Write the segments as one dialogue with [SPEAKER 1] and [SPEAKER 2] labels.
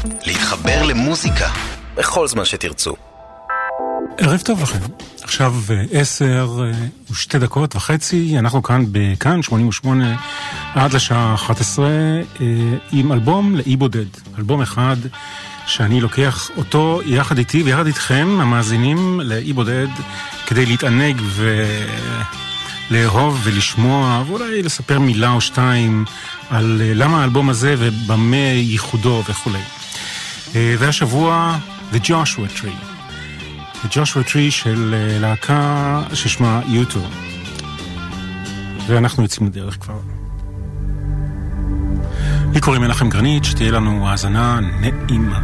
[SPEAKER 1] להתחבר למוזיקה בכל זמן שתרצו.
[SPEAKER 2] ערב טוב לכם. עכשיו 10:02, אנחנו כאן בכאן 88 עד לשעה 11 עם אלבום לאי בודד. אלבום אחד שאני לוקח אותו יחד איתי ויחד איתכם, המאזינים, לאי בודד, כדי להתענג ולאהוב ולשמוע, ואולי לספר מילה או שתיים על למה האלבום הזה ובמה ייחודו וכו'. והשבוע The Joshua Tree. The Joshua Tree של להקה ששמה U2. ואנחנו יוצאים לדרך כבר. לי קוראים מנחם גרנית, שתהיה לנו האזנה נעימה.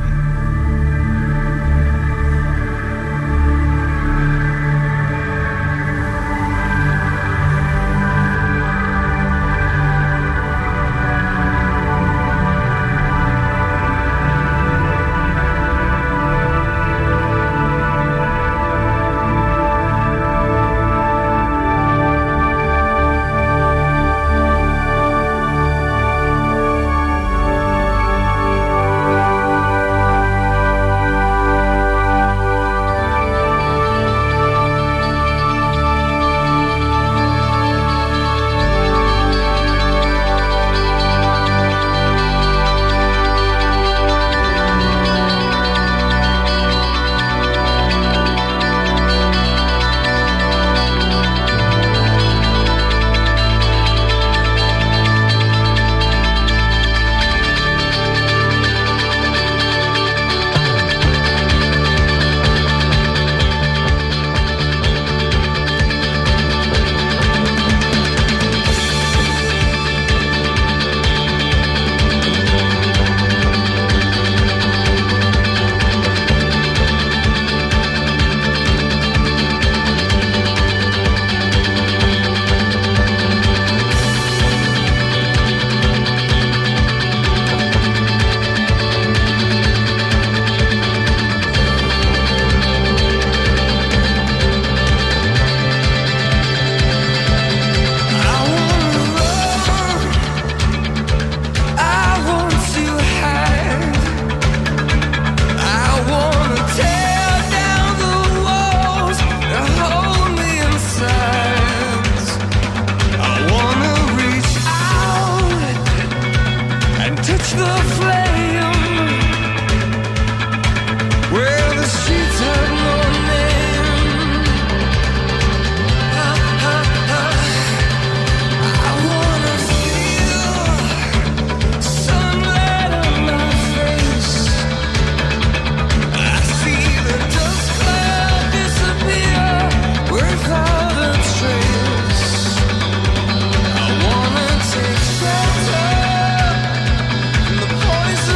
[SPEAKER 3] Poison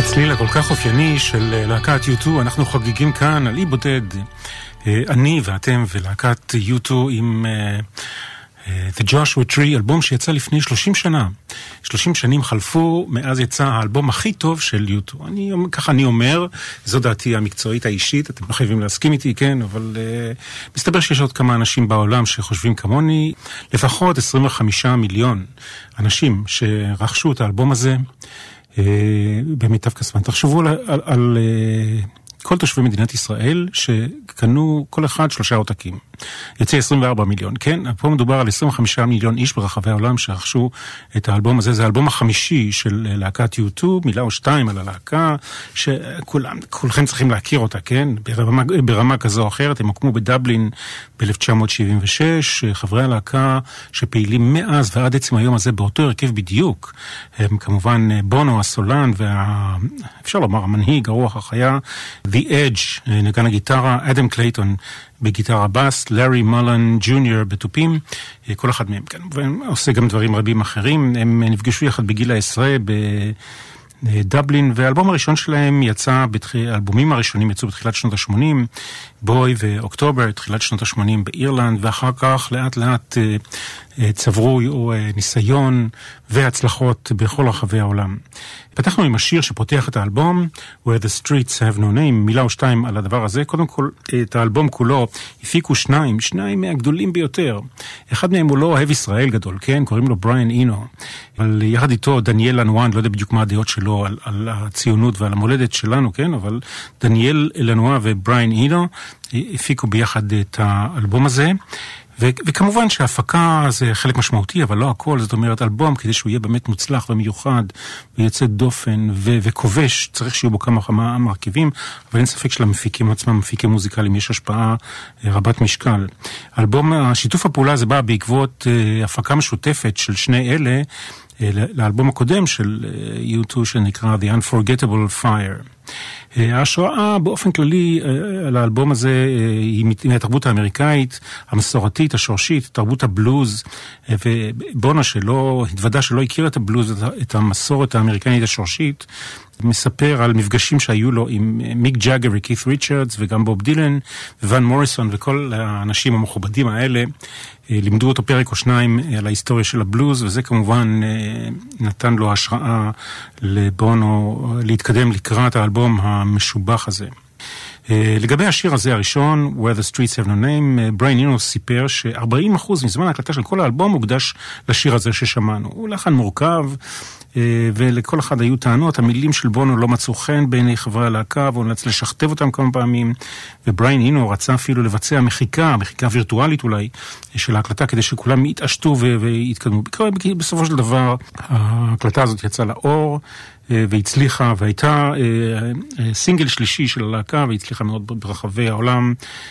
[SPEAKER 2] הצליל הכל כך אופייני של להקת U2, אנחנו חוגגים כאן על אי בודד, אני ואתם ולהקת U2 עם The Joshua Tree, אלבום שיצא לפני 30 שנה. 30 שנים חלפו, מאז יצא האלבום הכי טוב של U2. ככה אני אומר, זו דעתי המקצועית האישית, אתם לא חייבים להסכים איתי, כן, אבל מסתבר שיש עוד כמה אנשים בעולם שחושבים כמוני, לפחות 25 מיליון אנשים שרכשו את האלבום הזה, במיטב כספם. תחשבו על כל תושבי מדינת ישראל שקנו כל אחד 3 עותקים. יצא 24 מיליון, כן? פה מדובר על 25 מיליון איש ברחבי העולם שרכשו את האלבום הזה. זה האלבום החמישי של להקת U2, מילה או 2 על הלהקה, שכולכם צריכים להכיר אותה, כן? ברמה כזו או אחרת. הם הוקמו בדבלין ב-1976, חברי הלהקה שפעילים מאז ועד עצם היום הזה באותו הרכב בדיוק. הם כמובן בונו, הסולן, אפשר לומר המנהיג, הרוח החיה, The Edge, נגן הגיטרה, אדם קלייטון בגיטרה בס, לארי מולן ג'וניור בתופים, כל אחד מהם כאן, ועושה גם דברים רבים אחרים. הם נפגשו יחד בגיל העשרה בדבלין, והאלבום הראשון שלהם יצא, האלבומים הראשונים יצאו בתחילת שנות ה-80, בוי ואוקטובר, תחילת שנות ה-80 באירלנד, ואחר כך לאט לאט צברו ניסיון והצלחות בכל רחבי העולם. פתחנו עם השיר שפותח את האלבום, Where the Streets Have No Name, מילה או 2 על הדבר הזה. קודם כל, את האלבום כולו הפיקו שניים מהגדולים ביותר. אחד מהם הוא לא אוהב ישראל גדול, כן? קוראים לו בריאן אינו. אבל יחד איתו דניאל לנואן, לא יודע בדיוק מה הדעות שלו על הציונות ועל המולדת שלנו, כן? אבל דניאל לנואן ובריאן אינו הפיקו ביחד את האלבום הזה. וכמובן שההפקה זה חלק משמעותי, אבל לא הכל. זאת אומרת, אלבום, כדי שהוא יהיה באמת מוצלח ומיוחד, ויצא דופן וכובש, צריך שיהיו בו כמה מרכיבים, אבל אין ספק שלמפיקים עצמם, מפיקים מוזיקליים, יש השפעה רבת משקל. אלבום, השיתוף הפעולה זה בא בעקבות הפקה משותפת של שני אלה, לאלבום הקודם של U2 שנקרא The Unforgettable Fire. ההשראה באופן כללי על האלבום הזה היא מהתרבות האמריקאית, המסורתית, השורשית, תרבות הבלוז, ובונה שלא, התוודע שלא הכיר את הבלוז, את המסורת האמריקנית השורשית, מספר על מפגשים שהיו לו עם מיק ג'אגר וכית ריצ'רדס וגם בוב דילן וואן מוריסון וכל האנשים המכובדים האלה לימדו אותו פרק או שניים על ההיסטוריה של הבלוז, וזה כמובן נתן לו השראה לבונו להתקדם לקראת האלבום המשובח הזה. לגבי השיר הזה הראשון, Where the Streets Have No Name, בריאן אינו סיפר ש40% מזמן ההקלטה של כל האלבום מוקדש לשיר הזה ששמענו. הוא לחן מורכב, ולכל אחד היו טענות, המילים של בונו לא מצאו חן בעיני חברי הלהקה, והוא נאלץ לשכתב אותם כמה פעמים, ובריאן אינו רצה אפילו לבצע מחיקה וירטואלית אולי, של ההקלטה, כדי שכולם יתעשתו ויתקדמו. בסופו של דבר, ההקלטה הזאת יצאה לאור, והצליחה, והייתה סינגל שלישי של הלהקה, והצליחה מאוד ברחבי העולם.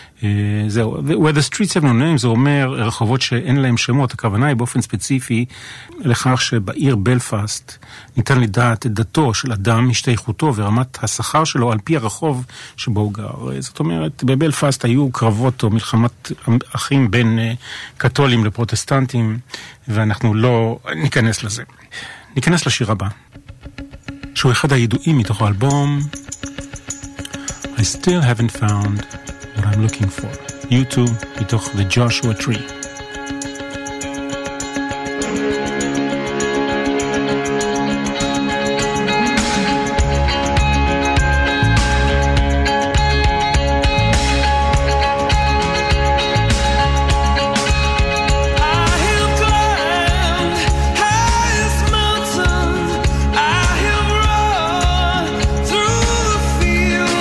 [SPEAKER 2] זהו, Where the Streets Have No Name, זה אומר רחובות שאין להם שמות. הכוונה היא באופן ספציפי לכך שבעיר בלפאסט ניתן לדעת את דתו של אדם, השתייכותו ורמת השכר שלו על פי הרחוב שבו הוא גר. זאת אומרת, בבלפאסט היו קרבות או מלחמת אחים בין קתולים לפרוטסטנטים, ואנחנו לא ניכנס לזה. ניכנס לשיר הבא, שהוא אחד הידועים מתוך האלבום I still haven't found what I'm looking for. U2 מתוך The Joshua Tree.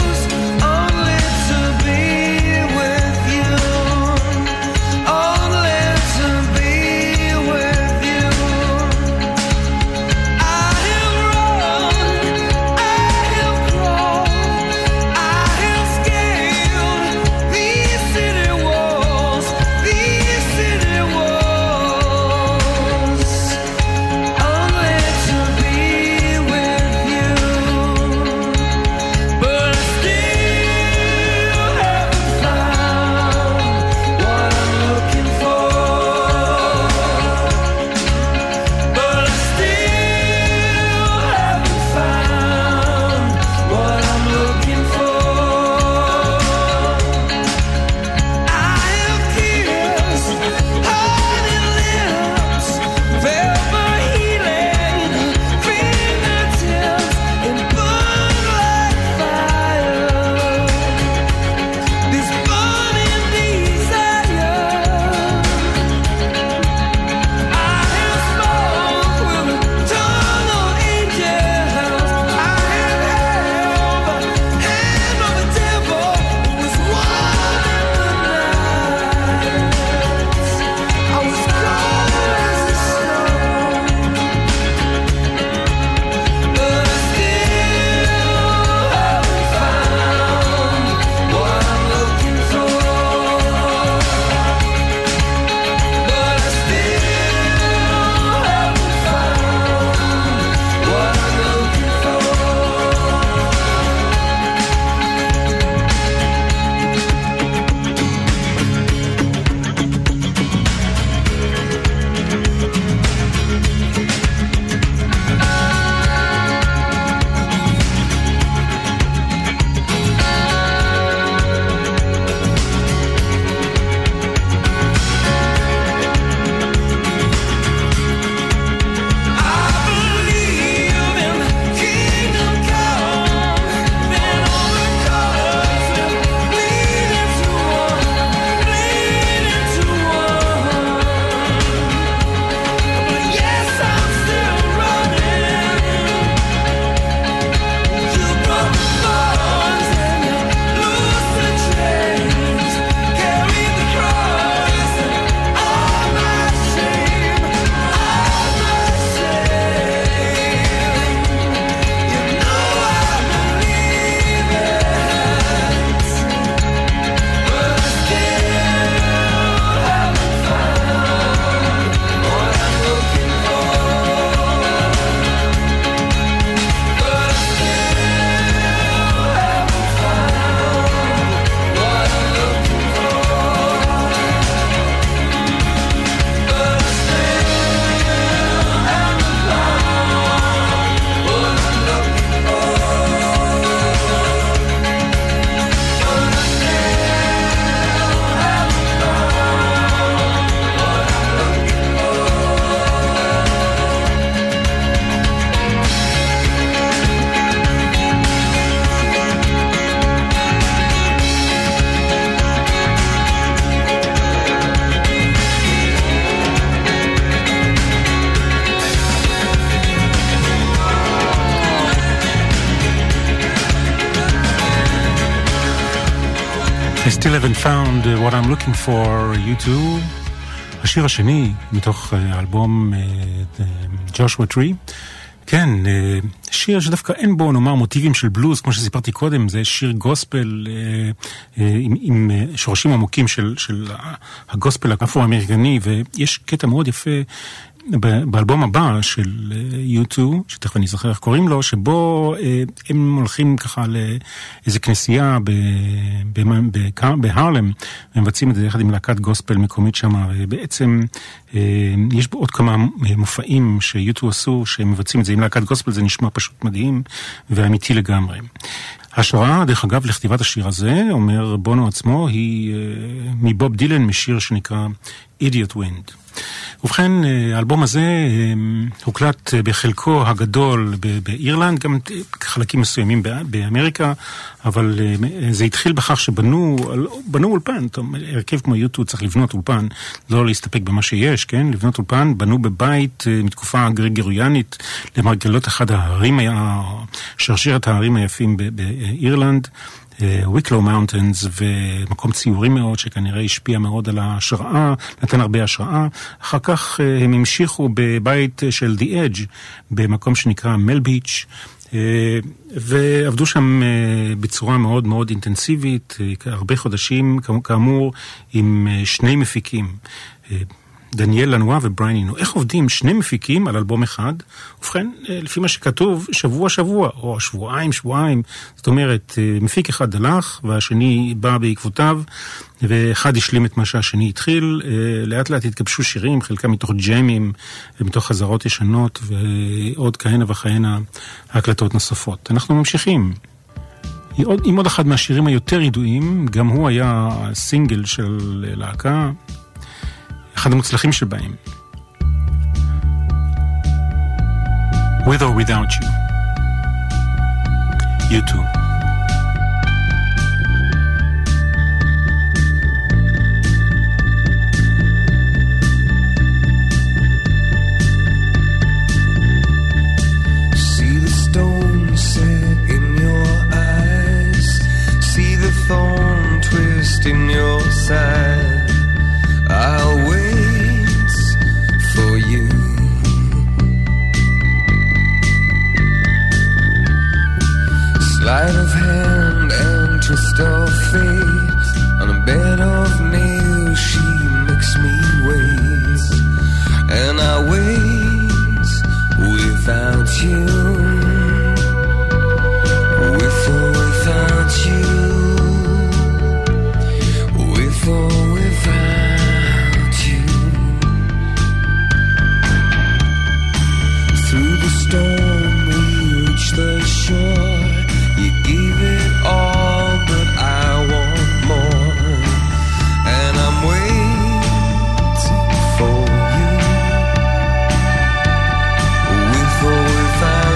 [SPEAKER 3] Only
[SPEAKER 2] I still haven't found what I'm looking for, you two. השיר השני מתוך האלבום Joshua Tree. כן, שיר שדווקא אין בו נאמר מוטיבים של בלוז, כמו שסיפרתי קודם, זה שיר גוספל עם שורשים עמוקים של הגוספל האפרו-אמריקני, ויש קטע מאוד יפה באלבום הבא של U2, שתכף אני זוכר איך קוראים לו, שבו הם הולכים ככה לאיזו כנסייה בהרלם, ומבצעים את זה יחד עם להקת גוספל מקומית שם, ובעצם יש בו עוד כמה מופעים ש-U2 עשו, שהם מבצעים את זה עם להקת גוספל, זה נשמע פשוט מדהים ואמיתי לגמרי. ההשראה, דרך אגב, לכתיבת השיר הזה, אומר בונו עצמו, היא מבוב דילן, משיר שנקרא Idiot Wind. ובכן, האלבום הזה הוקלט בחלקו הגדול באירלנד, גם חלקים מסוימים באמריקה, אבל זה התחיל בכך שבנו אולפן, הרכב כמו U2 צריך לבנות אולפן, לא להסתפק במה שיש, כן? לבנות אולפן, בנו בבית מתקופה גרגוריאנית, למרגלות אחד ההרים, שרשרת ההרים היפים באירלנד, ויקלו מאונטנס, ומקום ציורי מאוד שכנראה השפיע מאוד על ההשראה, נתן הרבה השראה. אחר כך הם המשיכו בבית של The Edge, במקום שנקרא מל ביץ', ועבדו שם בצורה מאוד מאוד אינטנסיבית, הרבה חודשים, כאמור, עם שני מפיקים, דניאל לנואה ובריין אינו. איך עובדים שני מפיקים על אלבום אחד? ובכן, לפי מה שכתוב, שבוע, או שבועיים. זאת אומרת, מפיק אחד הלך, והשני בא בעקבותיו, ואחד השלים את מה שהשני התחיל. לאט לאט התגבשו שירים, חלקם מתוך ג'מים, ומתוך חזרות ישנות, ועוד כהנה וכהנה הקלטות נוספות. אנחנו ממשיכים. עם עוד אחד מהשירים היותר ידועים, גם הוא היה סינגל של להקה, אחד המוצלחים שבהם. With or without you. You too.
[SPEAKER 3] See the stone set in your eyes. See the thorn twist in your side. I'll wait for you. Sleight of hand and twist of fate. On a bed of nails she makes me wait. And I wait without you. With or without you. With or without you. Through the storm we reach the shore. You gave it all, but I want more. And I'm waiting for you. With or without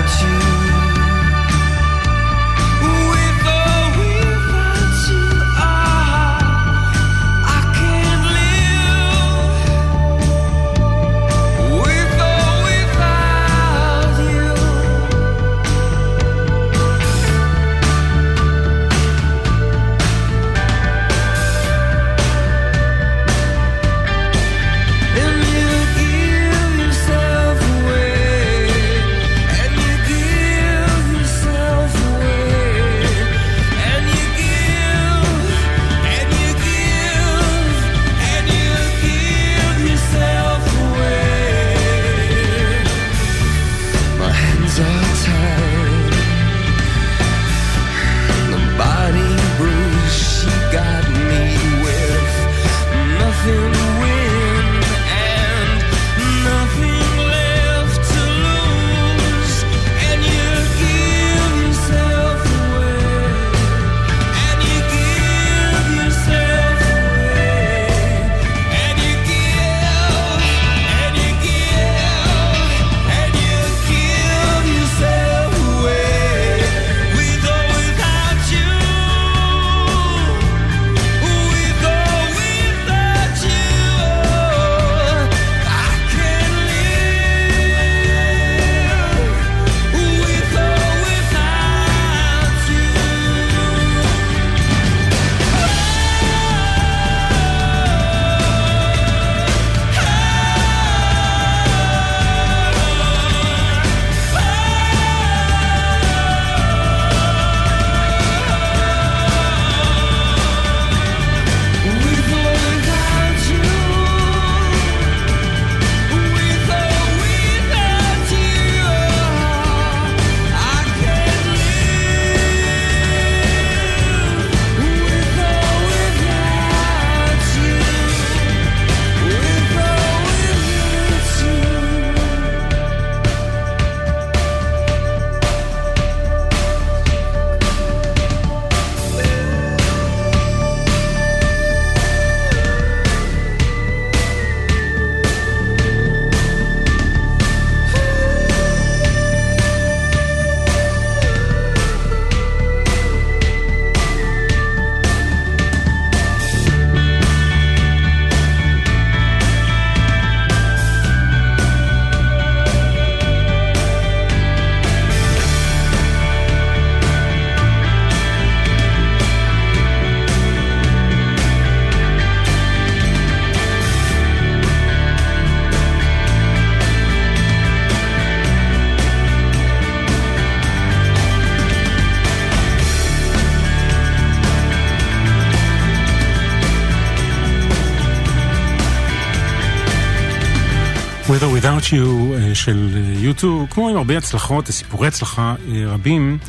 [SPEAKER 2] With or Without You של U2, כמו עם הרבה הצלחות, סיפורי הצלחה רבים,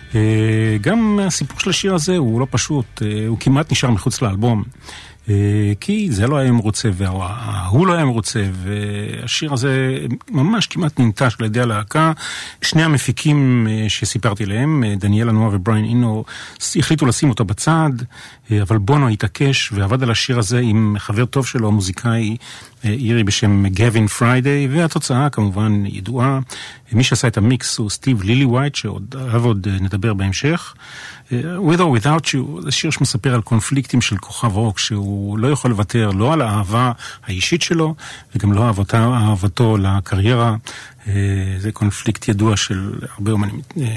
[SPEAKER 2] גם הסיפור של השיר הזה הוא לא פשוט, הוא כמעט נשאר מחוץ לאלבום, כי זה לא היה מרוצה והוא לא היה מרוצה, והשיר הזה ממש כמעט ננטש על ידי הלהקה. שני המפיקים שסיפרתי להם, דניאל אנואר ובריין אינו, החליטו לשים אותו בצד, אבל בונו התעקש ועבד על השיר הזה עם חבר טוב שלו, המוזיקאי אירי בשם גווין פריידיי, והתוצאה כמובן ידועה. מי שעשה את המיקס הוא סטיב לילי ווייט, שעוד נדבר בהמשך. With or Without You, זה שיר שמספר על קונפליקטים של כוכב רוק, שהוא לא יכול לוותר לא על האהבה האישית שלו, וגם לא אהבתו לקריירה. זה קונפליקט ידוע של הרבה אומנים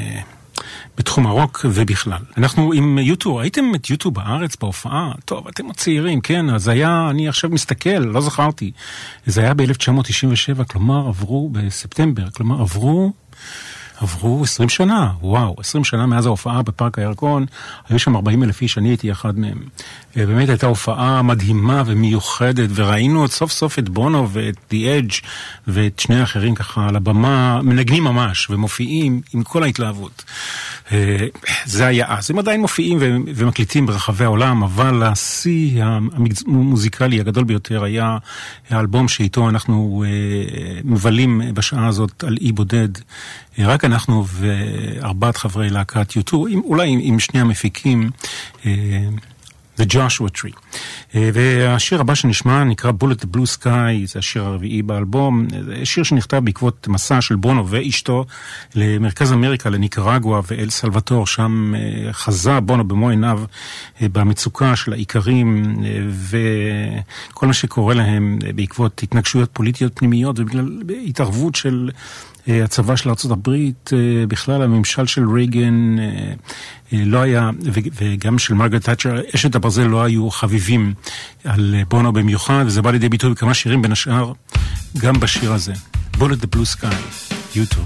[SPEAKER 2] בתחום הרוק ובכלל. אנחנו עם U2, ראיתם את U2 בארץ בהופעה? טוב, אתם צעירים, כן, אז היה, אני עכשיו מסתכל, לא זכרתי. זה היה ב-1997, כלומר עברו בספטמבר, כלומר עברו 20 שנה, וואו, 20 שנה מאז ההופעה בפארק הירקון, היו שם 40,000 איש, אני הייתי אחד מהם. באמת הייתה הופעה מדהימה ומיוחדת, וראינו סוף סוף את בונו ואת The Edge, ואת שני האחרים ככה על הבמה, מנגנים ממש, ומופיעים עם כל ההתלהבות. זה היה אז, הם עדיין מופיעים ומקליטים ברחבי העולם, אבל השיא המוזיקלי הגדול ביותר היה האלבום שאיתו אנחנו מבלים בשעה הזאת על אי בודד, רק אנחנו וארבעת חברי להקת U2, אולי עם שני המפיקים, The Joshua Tree. והשיר הבא שנשמע נקרא Bullet the Blue Sky, זה השיר הרביעי באלבום, זה שיר שנכתב בעקבות מסע של בונו ואשתו למרכז אמריקה, לניקרגואה ואל סלבטור, שם חזה בונו במו עיניו במצוקה של העיקרים וכל מה שקורה להם בעקבות התנגשויות פוליטיות פנימיות ובגלל התערבות של הצבא של ארצות הברית, בכלל הממשל של רייגן לא היה, וגם של מרגרט תאצ'ר, אשת הברזל לא היו חביבים על בונו במיוחד, וזה בא לידי ביטוי בכמה שירים, בין השאר גם בשיר הזה, Bullet the Blue Sky, U2.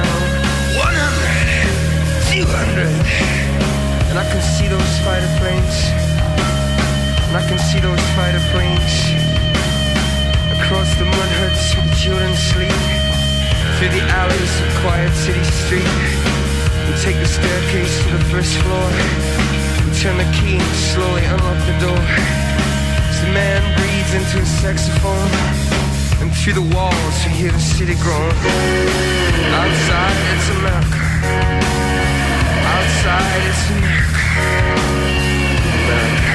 [SPEAKER 3] And I can see those spider planes see those spider brains across the mud huts where the children sleep. Through the alleys of quiet city street, we take the staircase to the first floor. We turn the key and slowly unlock the door. As the man breathes into his saxophone, and through the walls we hear the city groan. Outside it's America. Outside it's America. America.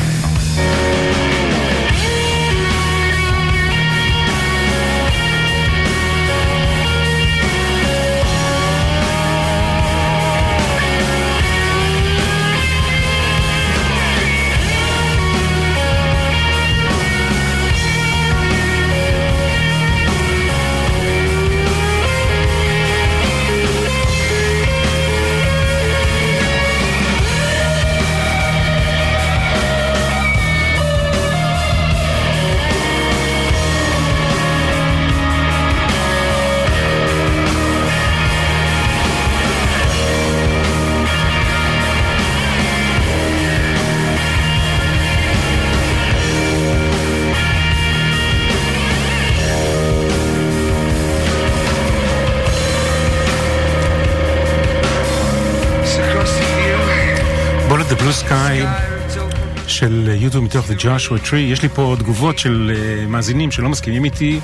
[SPEAKER 2] The Blue Sky של יוטיוב מתוך The Joshua Tree. יש לי פה תגובות של מאזינים שלא מסכימים איתי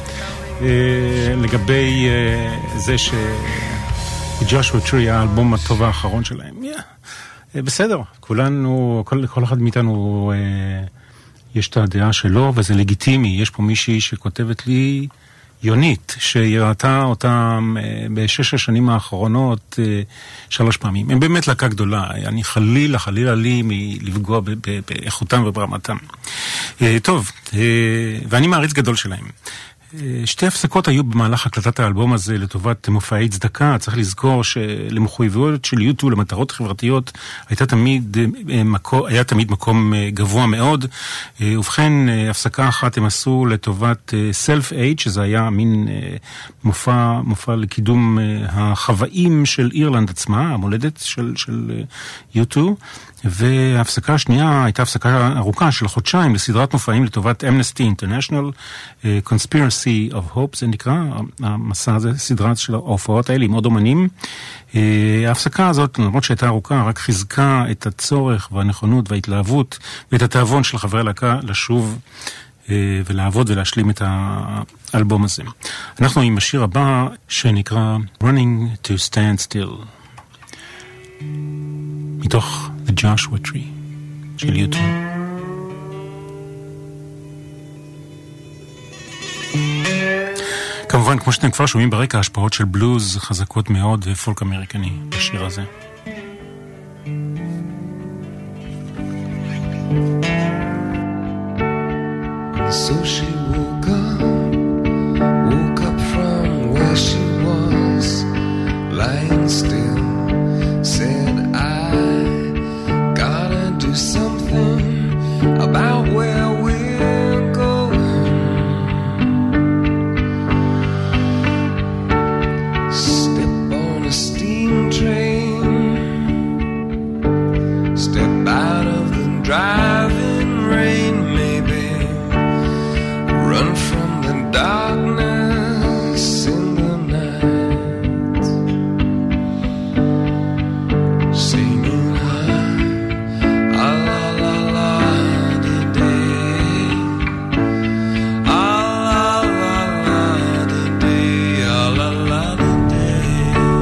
[SPEAKER 2] לגבי זה ש Joshua Tree היה האלבום הטוב האחרון שלהם. בסדר, כולנו, כל אחד מאיתנו יש את הדעה שלו וזה לגיטימי. יש פה מישהי שכותבת לי, יונית, שראתה אותם בשש השנים האחרונות 3 פעמים. הם באמת להקה גדולה. אני חלילה לי מלפגוע באיכותם וברמתם. טוב, ואני מעריץ גדול שלהם. 2 הפסקות היו במהלך הקלטת האלבום הזה לטובת מופעי צדקה. צריך לזכור שלמחויבויות של יוטיוב למטרות חברתיות היה תמיד מקום גבוה מאוד. ובכן, הפסקה אחת הם עשו לטובת Self-Aid, שזה היה מין מופע לקידום החוואים של אירלנד עצמה, המולדת של יוטיוב. וההפסקה השנייה הייתה הפסקה ארוכה של חודשיים לסדרת מופעים לטובת Amnesty International, Conspiracy of Hope, זה נקרא, המסע הזה, סדרת של ההופעות האלה עם עוד אומנים. ההפסקה הזאת, למרות שהייתה ארוכה, רק חיזקה את הצורך והנכונות וההתלהבות ואת התאבון של חברי להקה לשוב ולעבוד ולהשלים את האלבום הזה. אנחנו עם השיר הבא שנקרא Running to Stand Still, מתוך The Joshua Tree של יוטיוב. כמובן, כמו שאתם כבר שומעים ברקע, השפעות של בלוז חזקות מאוד ופולק אמריקני בשיר הזה.
[SPEAKER 3] So she woke up from where she was, lying still, said I gotta do something about where we're going. Step on a steam train, step out of the driving rain, maybe run from the darkness in the night, singing high, ah la la la di day, ah la la la di day, ah la la di day.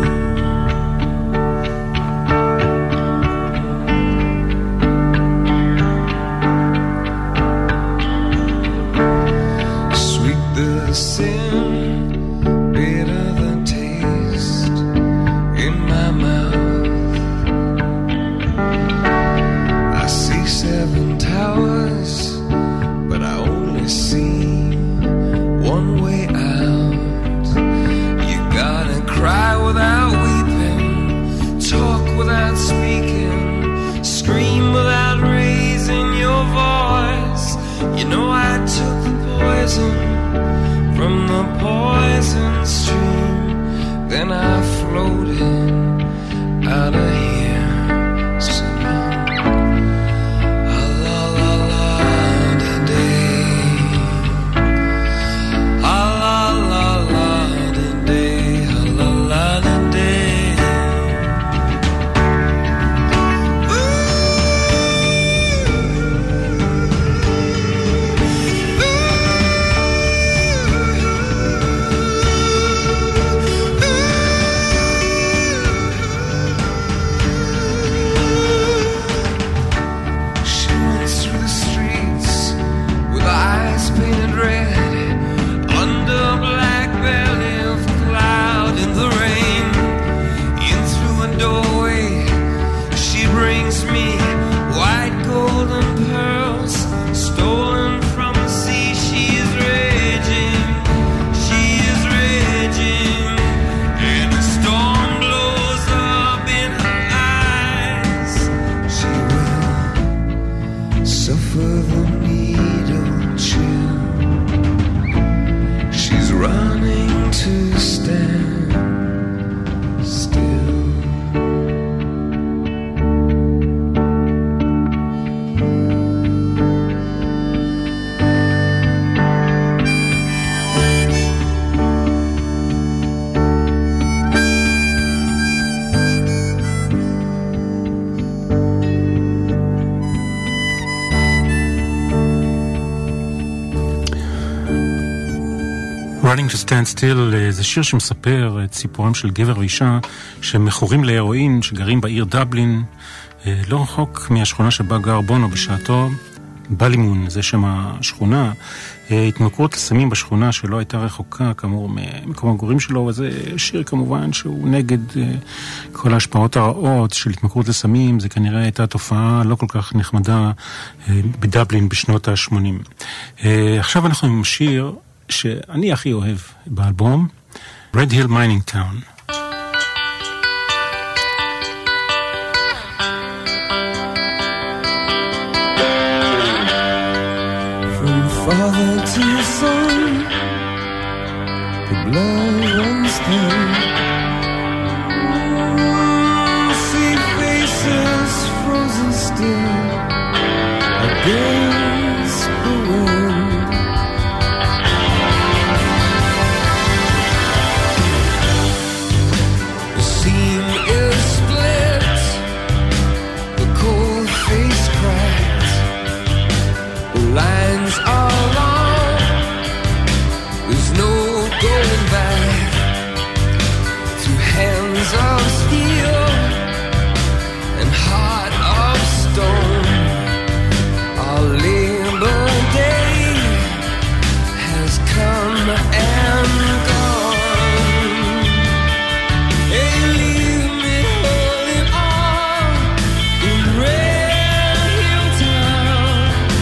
[SPEAKER 3] Sweet the sin, bitter the taste in my mouth. I see 7 towers, but I only see one way out. You gotta cry without weeping, talk without speaking, scream without raising your voice. You know I took the poison from the poison stream, then I floated out of here, singing, ah la la la
[SPEAKER 2] Running to Stand Still זה שיר שמספר את סיפורם של גבר ואישה שמכורים להרואין, שגרים בעיר דבלין, לא רחוק מהשכונה שבה גר בונו בשעתו. בלימון זה שם השכונה. התמכרות לסמים בשכונה שלא הייתה רחוקה כאמור ממקום המגורים שלו, וזה שיר כמובן שהוא נגד כל ההשפעות הרעות של התמכרות לסמים. זה כנראה הייתה תופעה לא כל כך נחמדה בדבלין בשנות ה-80. עכשיו אנחנו עם שיר שאני הכי אוהב באלבום, Red Hill Mining Town.
[SPEAKER 3] From father to son, the blood runs thin. See faces frozen still against the wind. Lines are long, there's no going back to hands of steel and heart of stone. Our Labor Day has come and gone. Hey, leave me holding on in Red Hill Town.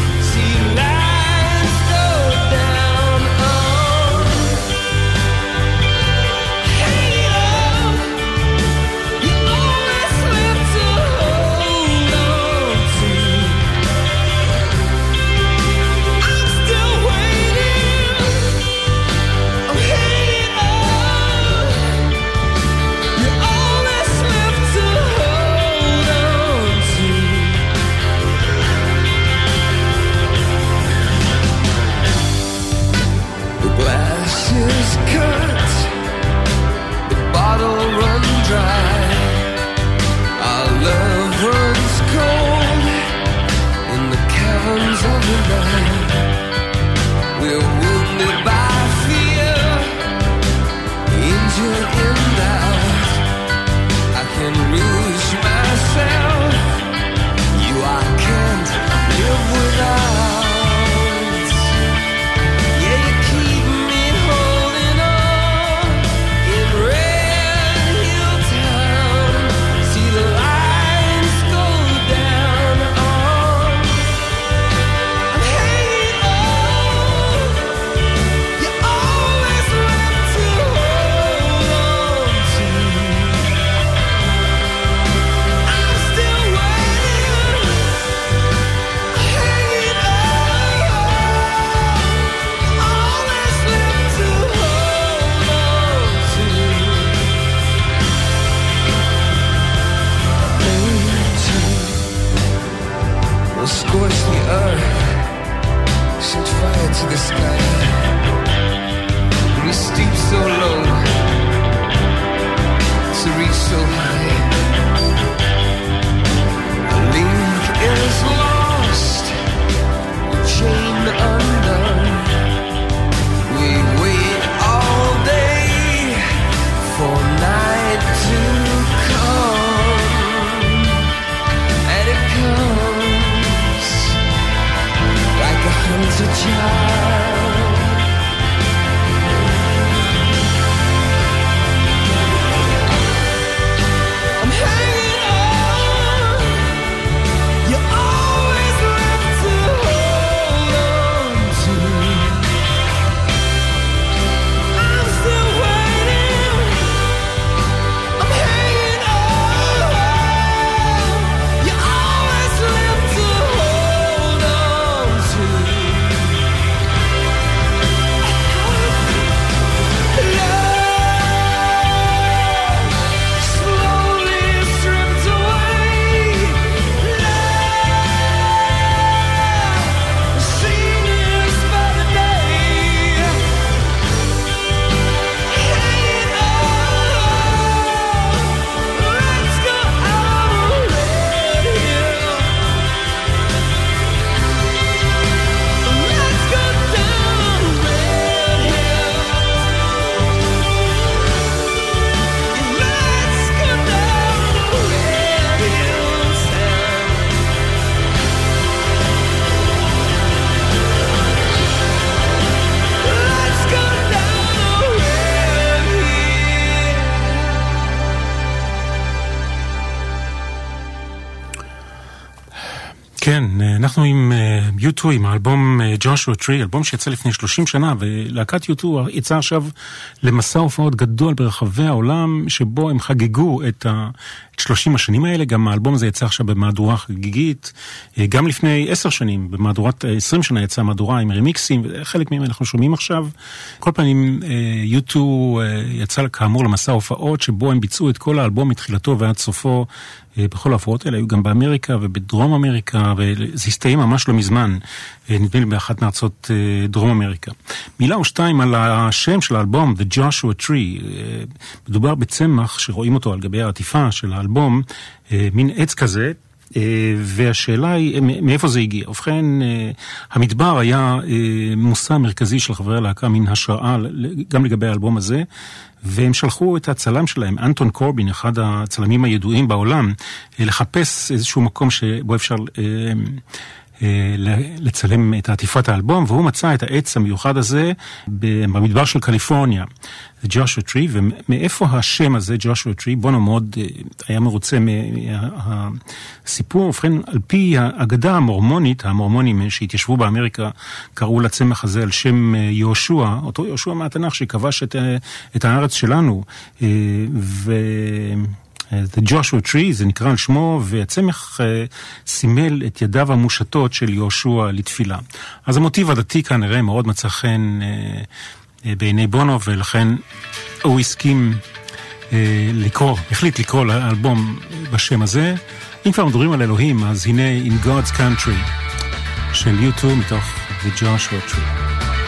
[SPEAKER 3] Cut, the bottle run dry, our love runs cold in the caverns of the night. We're wounded by fear, injured in doubt. I can lose myself, you I can't live without. Scorch the earth, set fire to the sky. We stoop so low to reach so high. A link is lost, a chain undone. We wait all day for night to come, and it comes like a hunted child.
[SPEAKER 2] כן, אנחנו עם U2, עם האלבום Joshua Tree, אלבום שיצא לפני 30 שנה, ולהקת U2 יצא עכשיו למסע הופעות גדול ברחבי העולם, שבו הם חגגו את 30 השנים האלה. גם האלבום הזה יצא עכשיו במהדורה חגיגית, גם לפני 10 שנים, במהדורת 20 שנה יצא מהדורה עם רמיקסים, וחלק מהם אנחנו שומעים עכשיו. כל פעמים U2 יצא כאמור למסע הופעות, שבו הם ביצעו את כל האלבום מתחילתו ועד סופו, בכל ההופעות האלה, היו גם באמריקה ובדרום אמריקה, וזה הסתיים ממש לא מזמן, נדמה לי באחת מארצות דרום אמריקה. מילה או שתיים על השם של האלבום, The Joshua Tree. מדובר בצמח שרואים אותו על גבי העטיפה של האלבום, מין עץ כזה, והשאלה היא מאיפה זה הגיע. ובכן, המדבר היה מושא מרכזי של חברי הלהקה, מין השראה גם לגבי האלבום הזה, והם שלחו את הצלם שלהם, אנטון קורבין, אחד הצלמים הידועים בעולם, לחפש איזשהו מקום שבו אפשר לצלם את עטיפת האלבום, והוא מצא את העץ המיוחד הזה במדבר של קליפורניה, Joshua Tree. ומאיפה השם הזה, Joshua Tree? בונו מאוד היה מרוצה מהסיפור. ובכן, על פי האגדה המורמונית, המורמונים שהתיישבו באמריקה, קראו לצמח הזה על שם יהושע, אותו יהושע מהתנ"ך שכבש את הארץ שלנו, The Joshua Tree, זה נקרא על שמו, והצמח סימל את ידיו המושטות של יהושע לתפילה. אז המוטיב הדתי כנראה מאוד מצא חן בעיני בונו, ולכן הוא הסכים החליט לקרוא לאלבום בשם הזה. אם כבר מדברים על אלוהים, אז הנה In God's Country של U2 מתוך The Joshua Tree.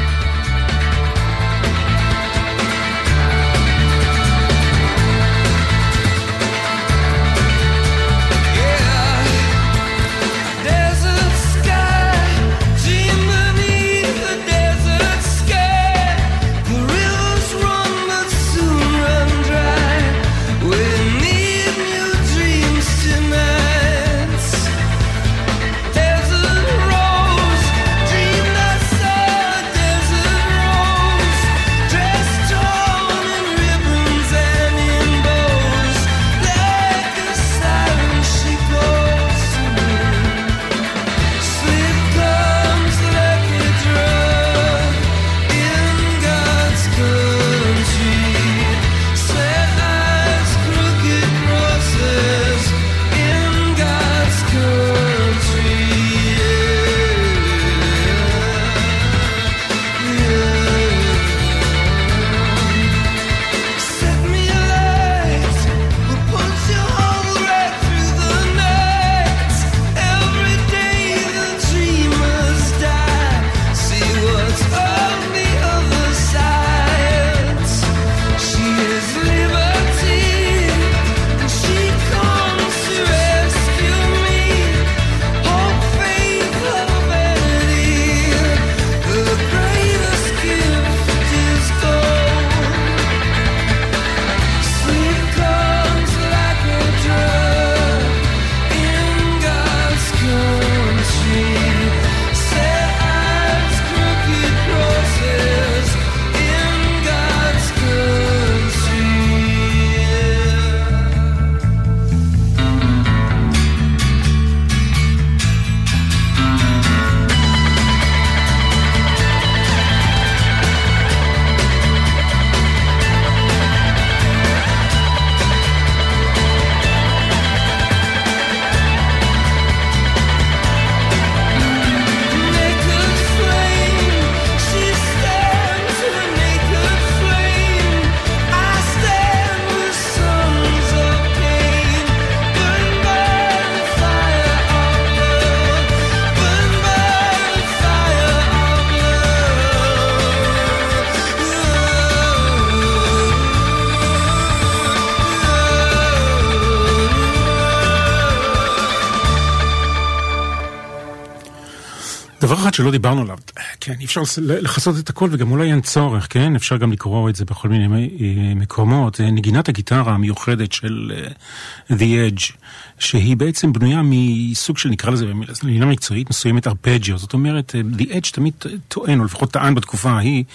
[SPEAKER 2] דבר אחד שלא דיברנו עליו, כן, אי אפשר לחסות את הכל וגם אולי אין צורך, כן, אפשר גם לקרוא את זה בכל מיני מקומות. נגינת הגיטרה המיוחדת של The Edge, שהיא בעצם בנויה מסוג של, נקרא לזה במילה מקצועית מסוימת, ארפג'יו. זאת אומרת, The Edge תמיד טוען, או לפחות טען בתקופה ההיא,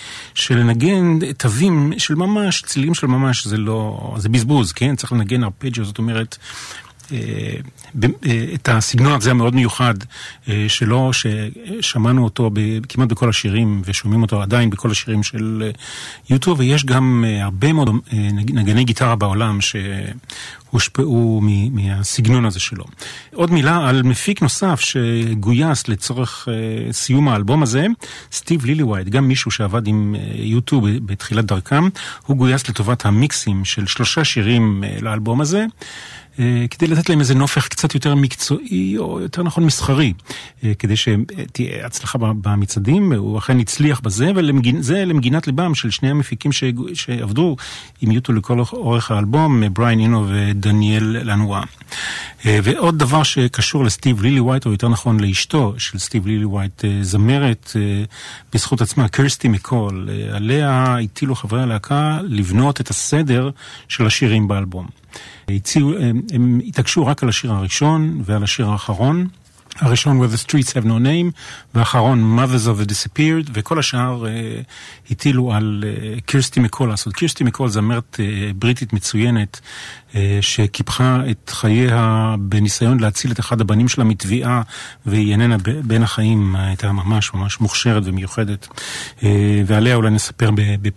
[SPEAKER 2] שלנגן תווים של ממש, צלילים של ממש, זה לא, זה בזבוז, כן, צריך לנגן ארפג'יו, זאת אומרת, את הסגנון הזה המאוד מיוחד שלו, ששמענו אותו כמעט בכל השירים, ושומעים אותו עדיין בכל השירים של יוטיוב, ויש גם הרבה מאוד נגני גיטרה בעולם שהושפעו מהסגנון הזה שלו. עוד מילה על מפיק נוסף שגויס לצורך סיום האלבום הזה, סטיב ליליווייט, גם מישהו שעבד עם יוטיוב בתחילת דרכם, הוא גויס לטובת המיקסים של 3 שירים לאלבום הזה, כדי לתת להם איזה נופך קצת יותר מקצועי, או יותר נכון מסחרי, כדי שתהיה הצלחה במצעדים, הוא אכן הצליח בזה, וזה למגינת ליבם של שני המפיקים שעבדו עם יוטיוב לכל אורך האלבום, בריין אינו ודניאל לנואה. ועוד דבר שקשור לסטיב ליליווייט, או יותר נכון לאשתו של סטיב ליליווייט, זמרת בזכות עצמה, קירסטי מקול, עליה הטילו חברי הלהקה לבנות את הסדר של השירים באלבום. הם התעקשו רק על השיר הראשון ועל השיר האחרון. הראשון Where the Streets Have No Name, והאחרון Mothers of the Disappeared, וכל השאר הטילו על קירסטי מקול לעשות. קירסטי מקול זמרת בריטית מצוינת, שקיפחה את חייה בניסיון להציל את אחד הבנים שלה מתביעה, והיא איננה בין החיים, הייתה ממש ממש מוכשרת ומיוחדת, ועליה אולי נספר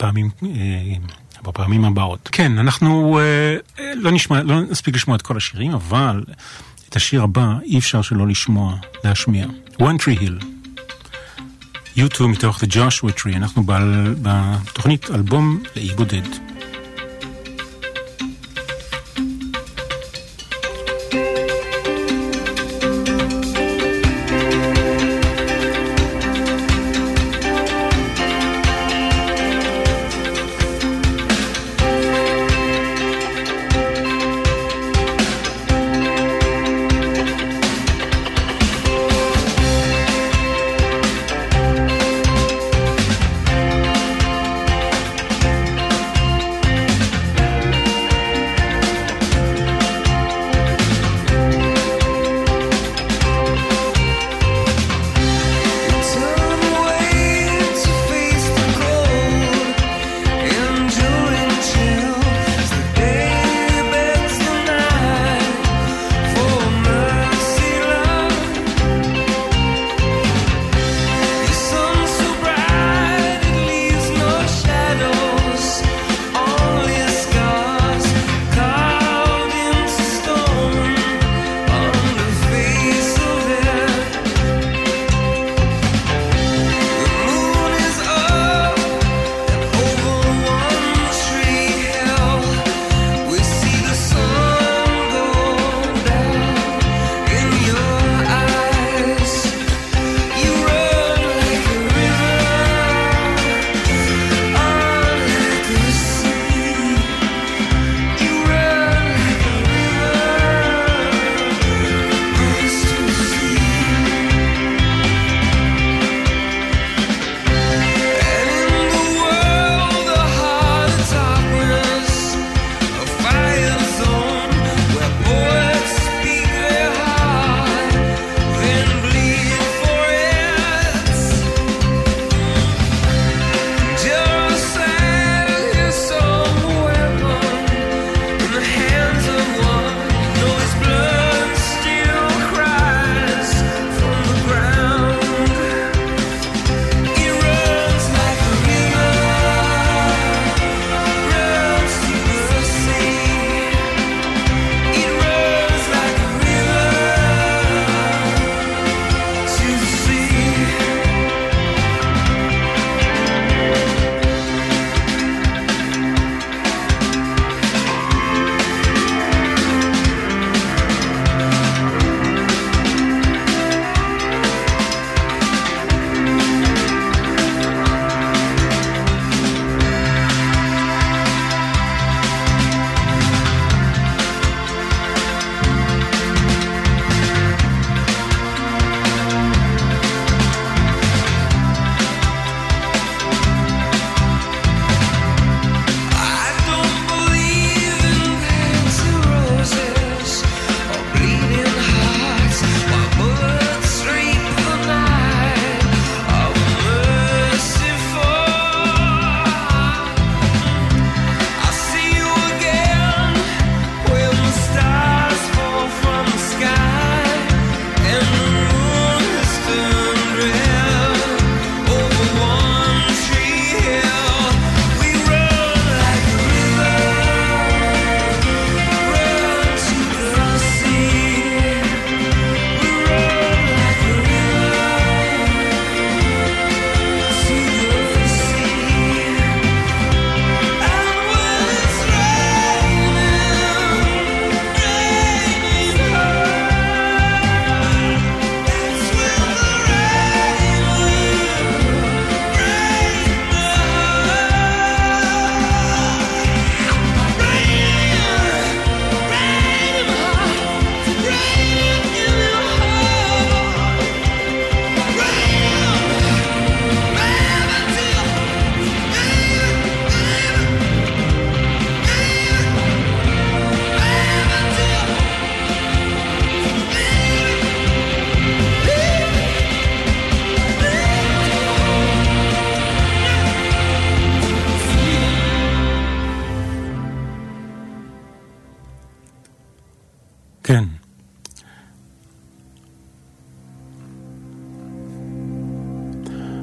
[SPEAKER 2] בפעמים הבאות. כן, אנחנו לא נספיק לשמוע את כל השירים, אבל את השיר הבא אי אפשר שלא להשמיע. One Tree Hill. U2 מתוך The Joshua Tree. אנחנו בתוכנית אלבום לאי בודד.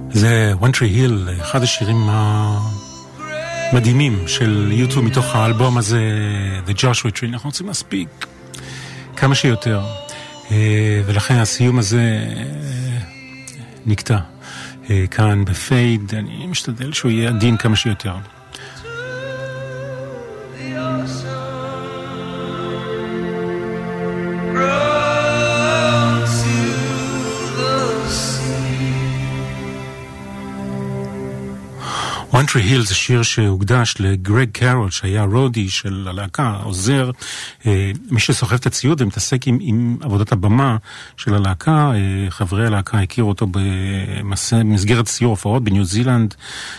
[SPEAKER 2] זה One Tree Hill, אחד השירים המדהימים של YouTube מתוך האלבום הזה, The Joshua Tree. אנחנו רוצים להספיק כמה שיותר, ולכן הסיום הזה נקטע כאן בפייד. אני משתדל שהוא יהיה עדין כמה שיותר. One Tree Hill זה שיר שהוקדש לגרג קרול, שהיה רודי של הלהקה, עוזר, מי שסוחב את הציוד ומתעסק עם עבודת הבמה של הלהקה. חברי הלהקה הכירו אותו במסגרת סיור הופעות בניו זילנד,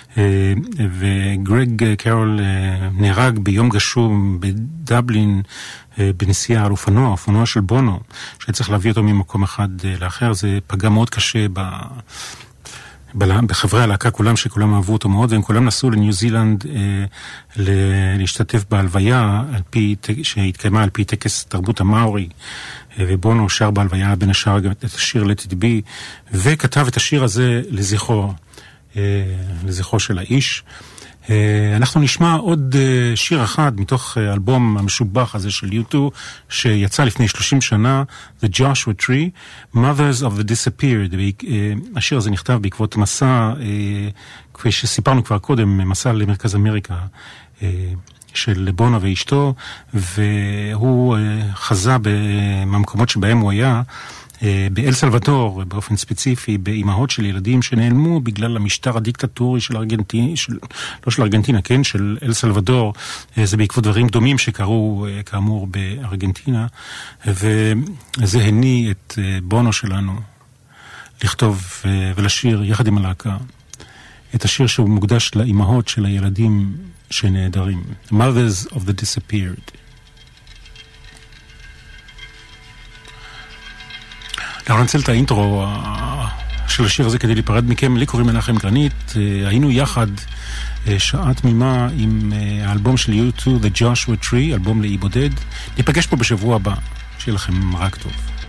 [SPEAKER 2] וגרג קרול נהרג ביום גשום בדבלין בנסיעה על אופנוע של בונו, שצריך להביא אותו ממקום אחד לאחר. זה פגע מאוד קשה בחברי הלהקה כולם, שכולם אהבו אותו מאוד, והם כולם נסעו לניו זילנד להשתתף בהלוויה שהתקיימה על פי טקס תרבות המאורי, ובונו שר בהלוויה בין השאר את השיר Let It Be, וכתב את השיר הזה לזכרו של האיש. אנחנו נשמע עוד שיר אחד מתוך האלבום המשובח הזה של U2 שיצא לפני 30 שנה, The Joshua Tree, Mothers of the Disappeared. השיר הזה נכתב בעקבות מסע, כפי שסיפרנו כבר קודם, מסע למרכז אמריקה של בונו ואשתו, והוא חזה במקומות שבהם הוא היה, באל סלבדור, באופן ספציפי, באימהות של ילדים שנעלמו בגלל המשטר הדיקטטורי של ארגנטינה, לא של ארגנטינה, כן, של אל סלבדור. זה בעקבות דברים דומים שקרו, כאמור, בארגנטינה, וזה הניע את בונו שלנו לכתוב ולשיר יחד עם הלהקה את השיר שהוא מוקדש לאימהות של הילדים שנעדרים, Mothers of the Disappeared. אנחנו נצל את האינטרו של השיר הזה כדי להיפרד מכם. לי קוראים מנחם גרנית, היינו יחד שעה תמימה עם האלבום של U2, The Joshua Tree, אלבום לאי בודד. ניפגש פה בשבוע הבא, שיהיה לכם רק טוב.